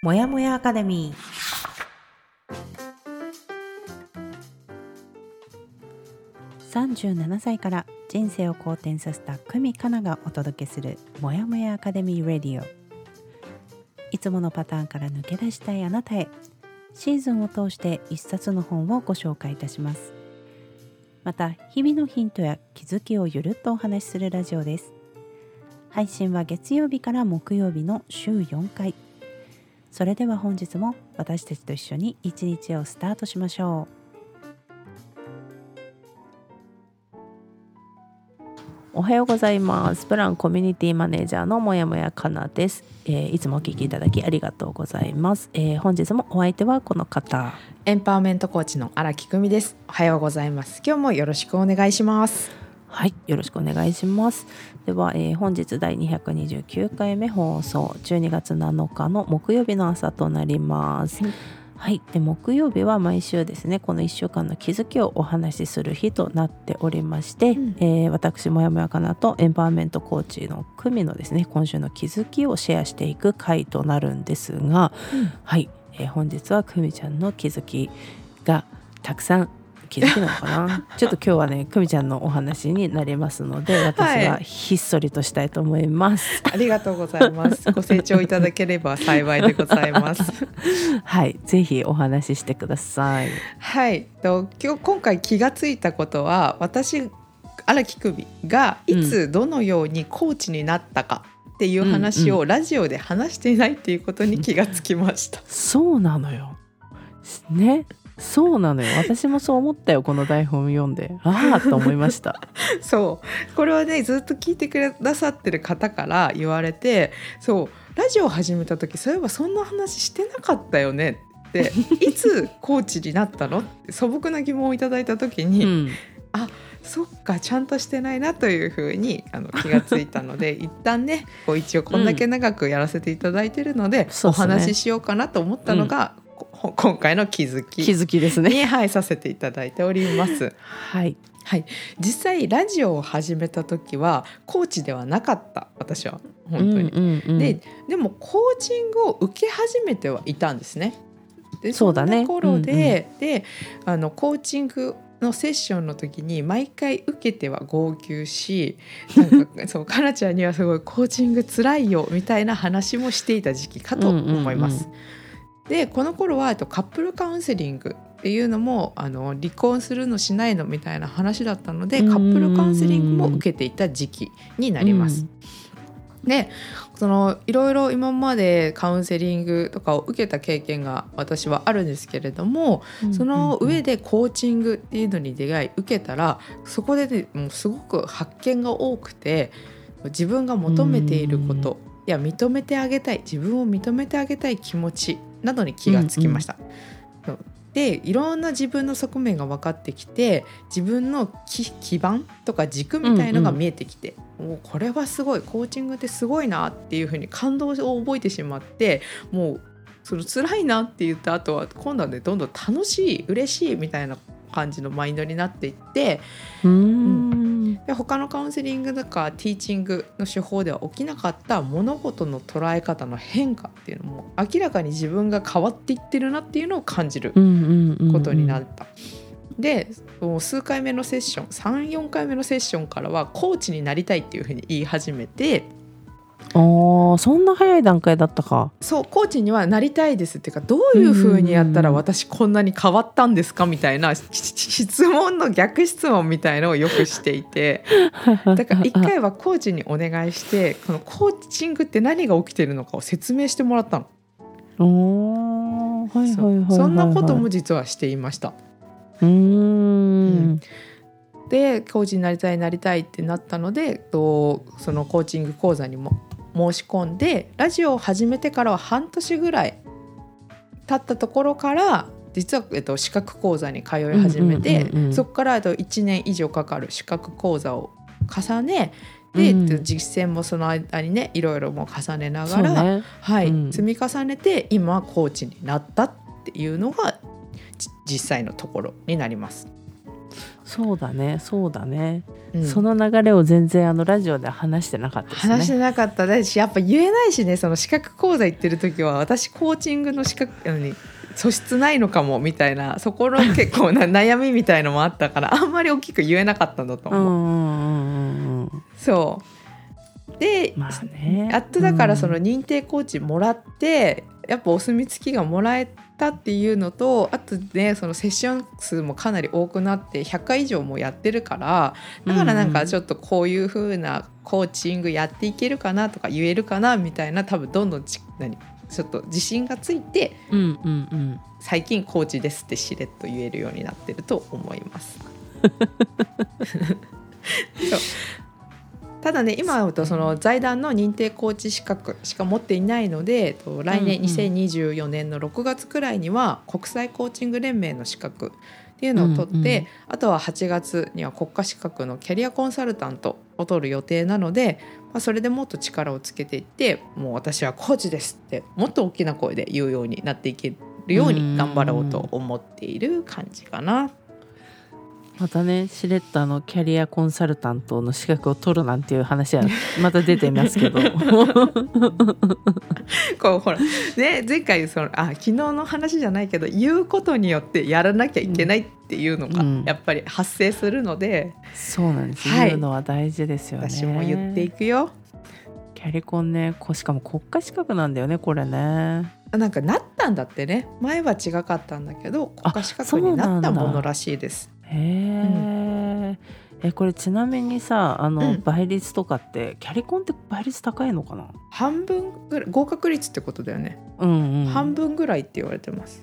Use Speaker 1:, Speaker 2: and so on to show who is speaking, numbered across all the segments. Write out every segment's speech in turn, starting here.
Speaker 1: もやもやアカデミー。37歳から人生を好転させた久美かながお届けするもやもやアカデミーラディオ。いつものパターンから抜け出したいあなたへ、シーズンを通して一冊の本をご紹介いたします。また日々のヒントや気づきをゆるっとお話しするラジオです。配信は月曜日から木曜日の週4回。それでは本日も私たちと一緒に一日をスタートしましょう。おはようございます。プランコミュニティマネージャーのもやもやかなです。いつもお聞きいただきありがとうございます。本日もお相手はこの方、
Speaker 2: エンパワーメントコーチの荒木久美です。おはようございます。今日もよろしくお願いします。
Speaker 1: はい、よろしくお願いします。では、本日第229回目放送、12月7日の木曜日の朝となります。はい、で木曜日は毎週ですね、この1週間の気づきをお話しする日となっておりまして、私もやもやかなとエンパワーメントコーチの久美のですね、今週の気づきをシェアしていく回となるんですが、はい、本日は久美ちゃんの気づきがたくさん気づきなのかなちょっと今日はね、久美ちゃんのお話になりますので、私はひっそりとしたいと思います、
Speaker 2: ありがとうございます。ご清聴いただければ幸いでございます
Speaker 1: はい、ぜひお話ししてください。
Speaker 2: はい、今回気がついたことは、私荒木久美がいつどのようにコーチになったかっていう話をラジオで話していないっていうことに気がつきました。
Speaker 1: そうなのよね、そうなのよ。私もそう思ったよ。この台本読んでああと思いました
Speaker 2: そうこれはね、ずっと聞いてくださってる方から言われて、そうラジオを始めた時、そういえばそんな話してなかったよねっていつコーチになったのって素朴な疑問をいただいた時に、あ、そっか、ちゃんとしてないなというふうに気がついたので一旦ね、一応こんだけ長くやらせていただいてるので、お話ししようかなと思ったのが、今回の気づき
Speaker 1: ですね
Speaker 2: に、させていただいております。
Speaker 1: はい
Speaker 2: はい、実際ラジオを始めた時はコーチではなかった、私は本当に、でもコーチングを受け始めてはいたんですね。でそんな頃で、コーチングのセッションの時に毎回受けては号泣し、なんかそうかなちゃんにはすごいコーチングつらいよみたいな話もしていた時期かと思います。でこの頃はカップルカウンセリングっていうのも離婚するのしないのみたいな話だったので、カップルカウンセリングも受けていた時期になります。でいろいろ今までカウンセリングとかを受けた経験が私はあるんですけれども、その上でコーチングっていうのに出会い受けたら、そこで、ね、もうすごく発見が多くて、自分が求めていることや認めてあげたい、自分を認めてあげたい気持ちなどに気がつきました。でいろんな自分の側面が分かってきて、自分の基盤とか軸みたいのが見えてきて、もうこれはすごい、コーチングってすごいなっていう風に感動を覚えてしまって、もうその辛いなって言った後は今度はね、どんどん楽しい、嬉しいみたいな感じのマインドになっていって、で他のカウンセリングとかティーチングの手法では起きなかった物事の捉え方の変化っていうのも明らかに自分が変わっていってるなっていうのを感じることになった。で数回目のセッション、 3,4 回目のセッションからはコーチになりたいっていうふうに言い始めて、
Speaker 1: そんな早い段階だったか。
Speaker 2: そう、コーチにはなりたいですっていうか、どういう風にやったら私こんなに変わったんですかみたいな質問の逆質問みたいのをよくしていてだから一回はコーチにお願いして、このコーチングって何が起きてるのかを説明してもらったの。そんなことも実はしていました。でコーチになりたいってなったので、そのコーチング講座にも申し込んで、ラジオを始めてからは半年ぐらい経ったところから実は、資格講座に通い始めて、そこから1年以上かかる資格講座を重ねで、実践もその間にね、いろいろも重ねながら、積み重ねて今コーチになったっていうのが実際のところになります。
Speaker 1: そうだねそうだね、
Speaker 2: うん、
Speaker 1: その流れを全然ラジオで話してなかったですね。
Speaker 2: 話してなかっただし、やっぱ言えないしね、その資格講座行ってる時は私コーチングの資格に素質ないのかもみたいな、そこの結構な悩みみたいのもあったからあんまり大きく言えなかったんだと思う。
Speaker 1: うんうんうんうん、
Speaker 2: そうで、
Speaker 1: まあね、
Speaker 2: やっとだからその認定コーチもらって、やっぱお墨付きがもらえたっていうのと、あとねそのセッション数もかなり多くなって100回以上もやってるから、だからなんかちょっとこういう風なコーチングやっていけるかなとか言えるかなみたいな、多分どんどんちょっと自信がついて、
Speaker 1: うんうんうん、
Speaker 2: 最近コーチですってしれっと言えるようになってると思いますそうただね、今とその財団の認定コーチ資格しか持っていないので、来年2024年の6月くらいには国際コーチング連盟の資格っていうのを取って、あとは8月には国家資格のキャリアコンサルタントを取る予定なので、それでもっと力をつけていって、もう私はコーチですってもっと大きな声で言うようになっていけるように頑張ろうと思っている感じかな。
Speaker 1: またね、しれっとキャリアコンサルタントの資格を取るなんていう話はまた出ていますけど
Speaker 2: こうほらね、前回昨日の話じゃないけど、言うことによってやらなきゃいけないっていうのがやっぱり発生するので、
Speaker 1: そうなんです、
Speaker 2: はい、
Speaker 1: 言うのは大事ですよね。
Speaker 2: 私も言っていくよ。
Speaker 1: キャリコンね、しかも国家資格なんだよねこれね。
Speaker 2: なんかなったんだってね、前は違かったんだけど国家資格になったものらしいです。
Speaker 1: へえ、これちなみにさ、倍率とかってキャリコンって倍率高いのかな？
Speaker 2: 半分ぐらい、合格率ってことだよね。半分ぐらいって言われてます。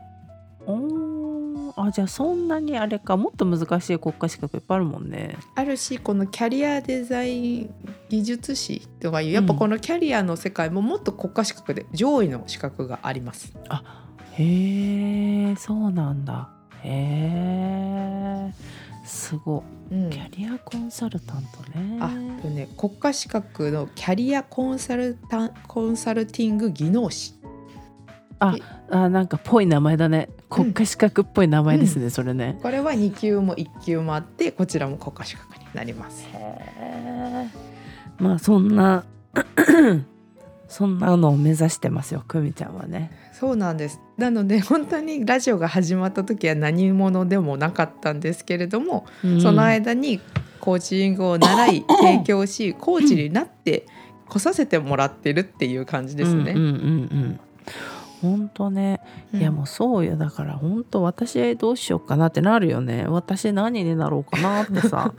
Speaker 1: じゃあそんなにあれか、もっと難しい国家資格いっぱいあるもんね。
Speaker 2: あるし、このキャリアデザイン技術士とかいうやっぱこのキャリアの世界ももっと国家資格で上位の資格があります。
Speaker 1: へえ、そうなんだ。へえ、すごい、キャリアコンサルタントね。
Speaker 2: 国家資格のキャリアコンサルティング技能士。
Speaker 1: なんかぽい名前だね。国家資格っぽい名前ですね、それね。
Speaker 2: これは2級も1級もあって、こちらも国家資格になります。
Speaker 1: まあそんなそんなのを目指してますよ、久美ちゃんはね。
Speaker 2: そうなんです。なので本当にラジオが始まった時は何者でもなかったんですけれども、その間にコーチングを習い提供し、コーチになって来させてもらってるっていう感じですね。
Speaker 1: 本当ね、いやもうそうよ。だから本当私どうしようかなってなるよね。私何になろうかなってさ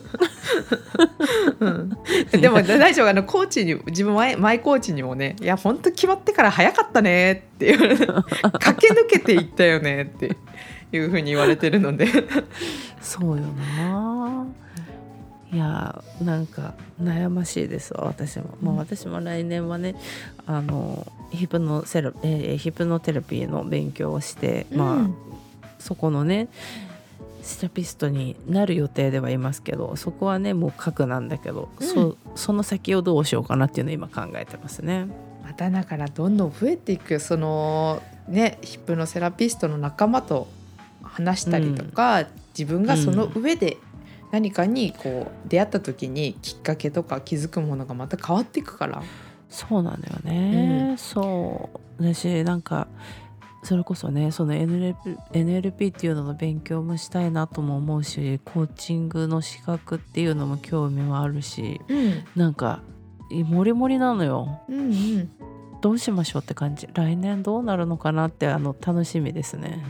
Speaker 2: でも大丈夫、コーチに自分マイコーチにもね、いや本当決まってから早かったねっていう駆け抜けていったよねっていう風に言われてるので
Speaker 1: そうよな。いやなんか悩ましいですわ、私も。私も来年はね、ヒプノテラピーの勉強をして、そこのねセラピストになる予定ではいますけど、そこはねもう核なんだけど、その先をどうしようかなっていうのを今考えてますね。
Speaker 2: まただからどんどん増えていく、そのねヒプノセラピストの仲間と話したりとか、自分がその上で何かにこう出会った時にきっかけとか気づくものがまた変わっていくから。
Speaker 1: そうなんだよね、そうだし、なんかそれこそね、その NLP っていうのの勉強もしたいなとも思うし、コーチングの資格っていうのも興味もあるし、なんかモリモリなのよ、どうしましょうって感じ。来年どうなるのかなって楽しみですね、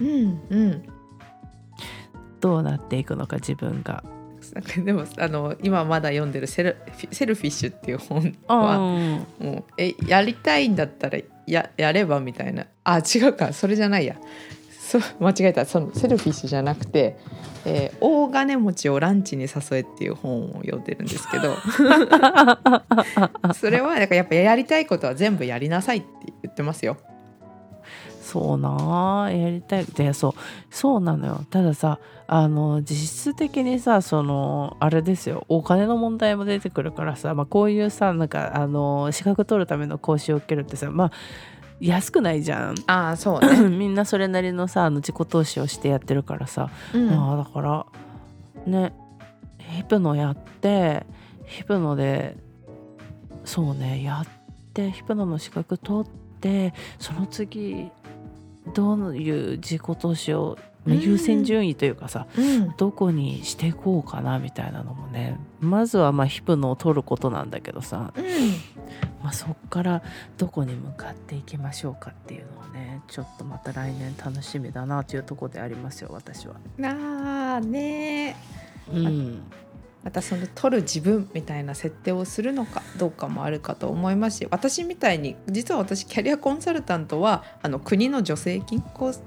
Speaker 1: どうなっていくのか自分が。
Speaker 2: なんかでも今まだ読んでるセルフィッシュっていう本はもうやりたいんだったら やればみたいな。違うか、それじゃないや、間違えた。そのセルフィッシュじゃなくて、大金持ちをランチに誘えっていう本を読んでるんですけどそれはだからやっぱやりたいことは全部やりなさいって言ってますよ。
Speaker 1: そうな、やりたいで、そうなのよ。たださ、実質的にさ、あれですよ、お金の問題も出てくるからさ、こういうさ、なんか資格取るための講習を受けるってさ、安くないじゃん。
Speaker 2: そうね
Speaker 1: みんなそれなりのさ自己投資をしてやってるからさ、だからねヒプノやってヒプノでそうねやってヒプノの資格取ってその次どういう自己投資を優先順位というかさ、どこにしていこうかなみたいなのもねまずはヒプノを取ることなんだけどさ、そっからどこに向かっていきましょうかっていうのはねちょっとまた来年楽しみだなというところでありますよ私は。
Speaker 2: ねまたその取る自分みたいな設定をするのかどうかもあるかと思いますし、私みたいに実は私キャリアコンサルタントは国の助成金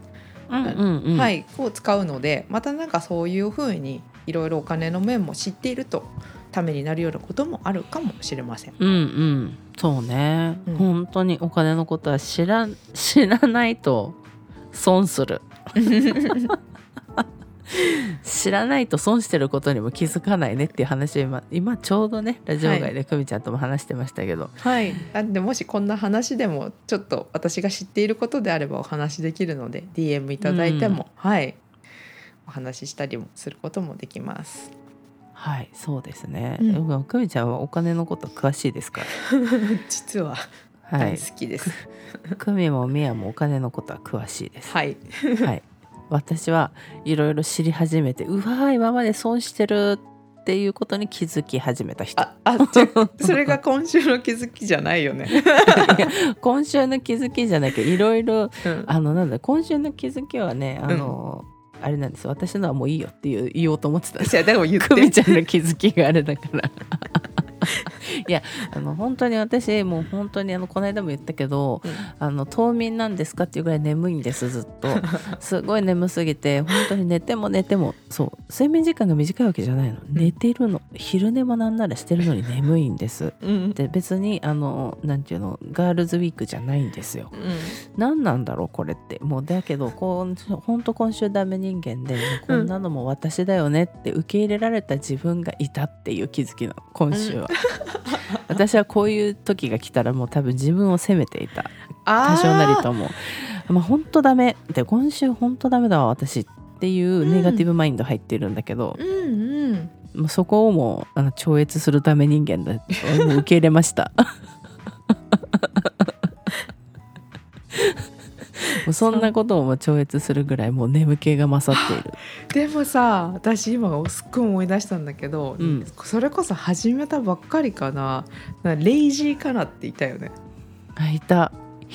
Speaker 2: を使うので、またなんかそういうふうにいろいろお金の面も知っているとためになるようなこともあるかもしれません。
Speaker 1: そうね、本当にお金のことは知らないと損する知らないと損してることにも気づかないねっていう話を今ちょうどねラジオ外で久美ちゃんとも話してましたけど、
Speaker 2: なんでもしこんな話でもちょっと私が知っていることであればお話できるので DM いただいても、お話ししたりもすることもできます。
Speaker 1: そうですね、久美ちゃんはお金のこと詳しいですから
Speaker 2: 実は大好きです、
Speaker 1: 久美もみやもお金のことは詳しいです。私はいろいろ知り始めて今まで損してるっていうことに気づき始めた人。
Speaker 2: それが今週の気づきじゃないよね
Speaker 1: いや今週の気づきじゃないけどいろいろ今週の気づきはねあれなんですよ、私のはもういいよって言おうと思ってたんですよ。
Speaker 2: でも言って
Speaker 1: 久美ちゃんの気づきがあれだからいや本当に私もう本当にこの間も言ったけど、冬眠なんですかっていうぐらい眠いんですずっとすごい眠すぎて本当に寝てもそう睡眠時間が短いわけじゃないの、寝てるの昼寝もなんならしてるのに眠いんです、で別になんていうのガールズウィークじゃないんですよ、何なんだろうこれってもうだけど本当今週ダメ人間でこんなのも私だよねって受け入れられた自分がいたっていう気づきなの今週は、私はこういう時が来たらもう多分自分を責めていた多少なりとも本当ダメで今週本当ダメだわ私っていうネガティブマインド入ってるんだけど、もうそこをもう超越するため人間だともう受け入れましたもうそんなことをも超越するぐらいもう眠気が勝っている
Speaker 2: でもさ私今すっごい思い出したんだけど、それこそ始めたばっかりかなレイジーかなっていたよね。
Speaker 1: いた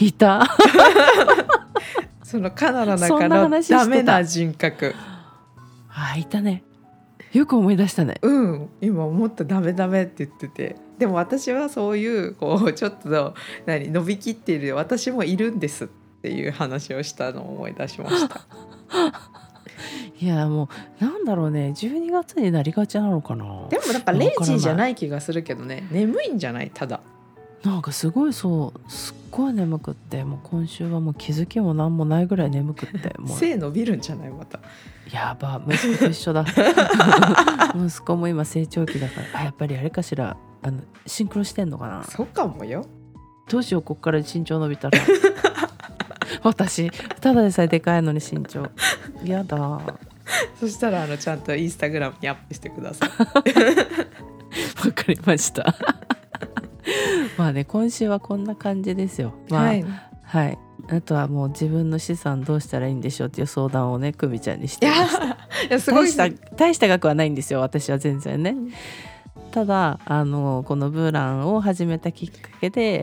Speaker 2: そのカナの中のダメな人格
Speaker 1: いたね。よく思い出したね。
Speaker 2: 今思ったダメって言ってて、でも私はそういうちょっと伸びきっている私もいるんですっていう話をしたのを思い出しました
Speaker 1: いやもうなんだろうね12月になりがちなのかな。
Speaker 2: でもなんかレイジーじゃない気がするけどね。眠いんじゃない？ただ
Speaker 1: なんかすごいすっごい眠くってもう今週はもう気づきもなんもないぐらい眠くってもう
Speaker 2: 背伸びるんじゃない？また
Speaker 1: やば息子と一緒だ息子も今成長期だからやっぱりあれかしらシンクロしてんのかな。
Speaker 2: そうかもよ。
Speaker 1: どうしようこっから身長伸びたら私ただでさえでかいのに身長やだ
Speaker 2: そしたらちゃんとインスタグラムにアップしてください
Speaker 1: わかりましたまあね今週はこんな感じですよ。はいあとはもう自分の資産どうしたらいいんでしょうっていう相談をね久美ちゃんにしてました。いやすごい大した額はないんですよ私は全然ね。ただこのブーランを始めたきっかけで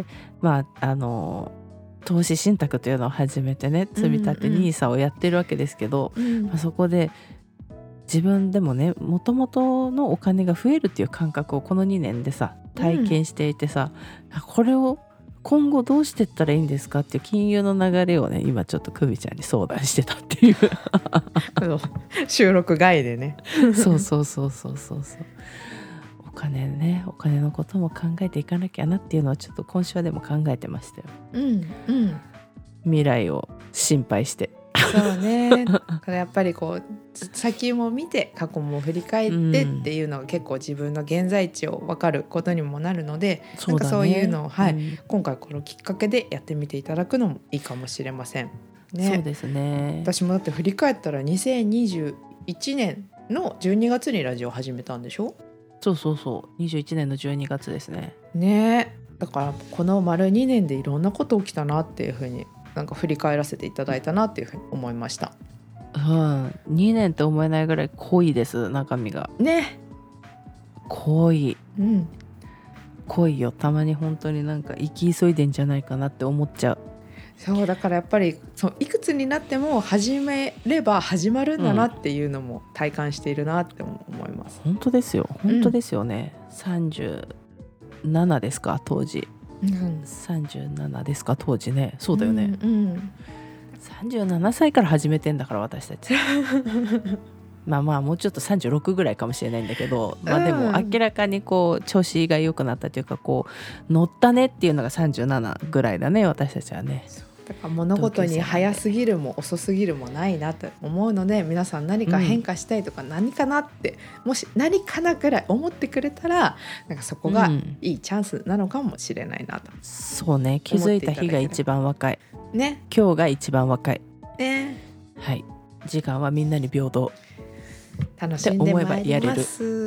Speaker 1: 投資信託というのを始めてね積み立て NISA をやってるわけですけど、そこで自分でもねもともとのお金が増えるっていう感覚をこの2年でさ体験していてさ、これを今後どうしていったらいいんですかっていう金融の流れをね今ちょっと久美ちゃんに相談してたっていう
Speaker 2: 収録外でね
Speaker 1: そうお金のことも考えていかなきゃなっていうのはちょっと今週はでも考えてましたよ。未来を心配して
Speaker 2: そうねだからやっぱり先も見て過去も振り返ってっていうのが結構自分の現在地を分かることにもなるので、なんかそういうのを、今回このきっかけでやってみていただくのもいいかもしれませんね。
Speaker 1: そうですね。
Speaker 2: 私もだって振り返ったら2021年の12月にラジオ始めたんでしょ。
Speaker 1: そうそうそう、21年の12月ですね。
Speaker 2: ね、だからこの丸2年でいろんなこと起きたなっていうふうになんか振り返らせていただいたなっていうふうに思いました。
Speaker 1: うん、2年って思えないぐらい濃いです、中身が
Speaker 2: ね。
Speaker 1: 濃い、
Speaker 2: うん、
Speaker 1: 濃いよ。たまに本当になんか生き急いでんじゃないかなって思っちゃう。
Speaker 2: そうだからやっぱりそういくつになっても始めれば始まるんだなっていうのも体感しているなって思います。
Speaker 1: 本当ですよ、本当ですよね、37ですか当時、37ですか当時ね。そうだよね、37歳から始めてんだから私たちまあもうちょっと36ぐらいかもしれないんだけど、でも明らかにこう調子が良くなったというか、こう乗ったねっていうのが37ぐらいだね、私たちはね。
Speaker 2: だから物事に早すぎるも遅すぎるもないなと思うので、皆さん何か変化したいとか何かなって、もし何かなぐらい思ってくれたら、なんかそこがいいチャンスなのかもしれないなと、
Speaker 1: そうね、気づいた日が一番若い
Speaker 2: ね、
Speaker 1: 今日が一番若い
Speaker 2: ね、
Speaker 1: はい、時間はみんなに平等、
Speaker 2: 楽しんでまいります。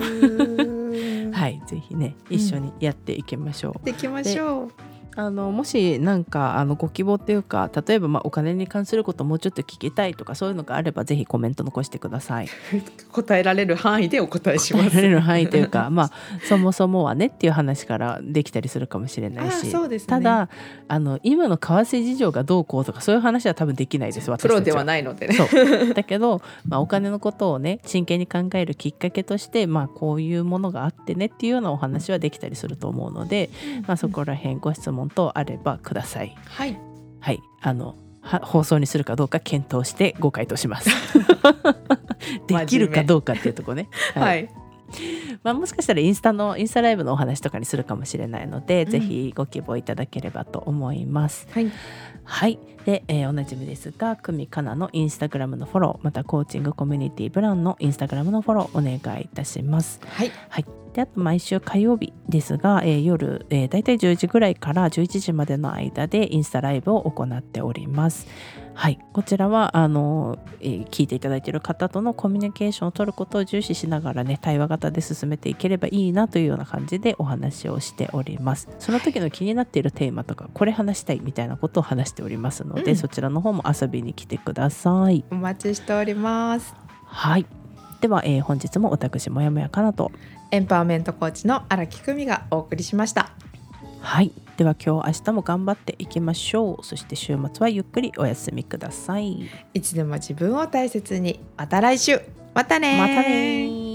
Speaker 1: はい、ぜひね一緒にやっていきましょう。
Speaker 2: できましょう。
Speaker 1: もしなんかご希望っていうか、例えばお金に関することもうちょっと聞きたいとか、そういうのがあればぜひコメント残してください。
Speaker 2: 答えられる範囲でお答えします。
Speaker 1: 答えられる範囲というかそもそもはねっていう話からできたりするかもしれないし、
Speaker 2: そうですね、
Speaker 1: ただ今の為替事情がどうこうとかそういう話は多分できないです、私たちは。
Speaker 2: プロではないのでね。
Speaker 1: そうだけど、お金のことをね真剣に考えるきっかけとして、こういうものがあってねっていうようなお話はできたりすると思うので、そこら辺ご質問等あればください。
Speaker 2: はい、
Speaker 1: はい、放送にするかどうか検討してご回答しますできるかどうかっていうところね。はい、もしかしたらインスタライブのお話とかにするかもしれないので、ぜひご希望いただければと思います。
Speaker 2: はい、
Speaker 1: はい、で、おなじみですが、久美かなのインスタグラムのフォロー、またコーチングコミュニティブランのインスタグラムのフォローお願いいたします。
Speaker 2: はい、
Speaker 1: はい、であと毎週火曜日ですが、夜、だいたい10時ぐらいから11時までの間でインスタライブを行っております。はい、こちらは聞いていただいている方とのコミュニケーションを取ることを重視しながらね、対話型で進めていければいいなというような感じでお話をしております。その時の気になっているテーマとか、これ話したいみたいなことを話しておりますので、そちらの方も遊びに来てください。
Speaker 2: お待ちしております。
Speaker 1: はい、では、本日も私もやもやかなと
Speaker 2: エンパワーメントコーチの荒木久美がお送りしました。
Speaker 1: はい、では今日明日も頑張っていきましょう。そして週末はゆっくりお休みください。
Speaker 2: いつでも自分を大切に。また来週。またね。
Speaker 1: またね。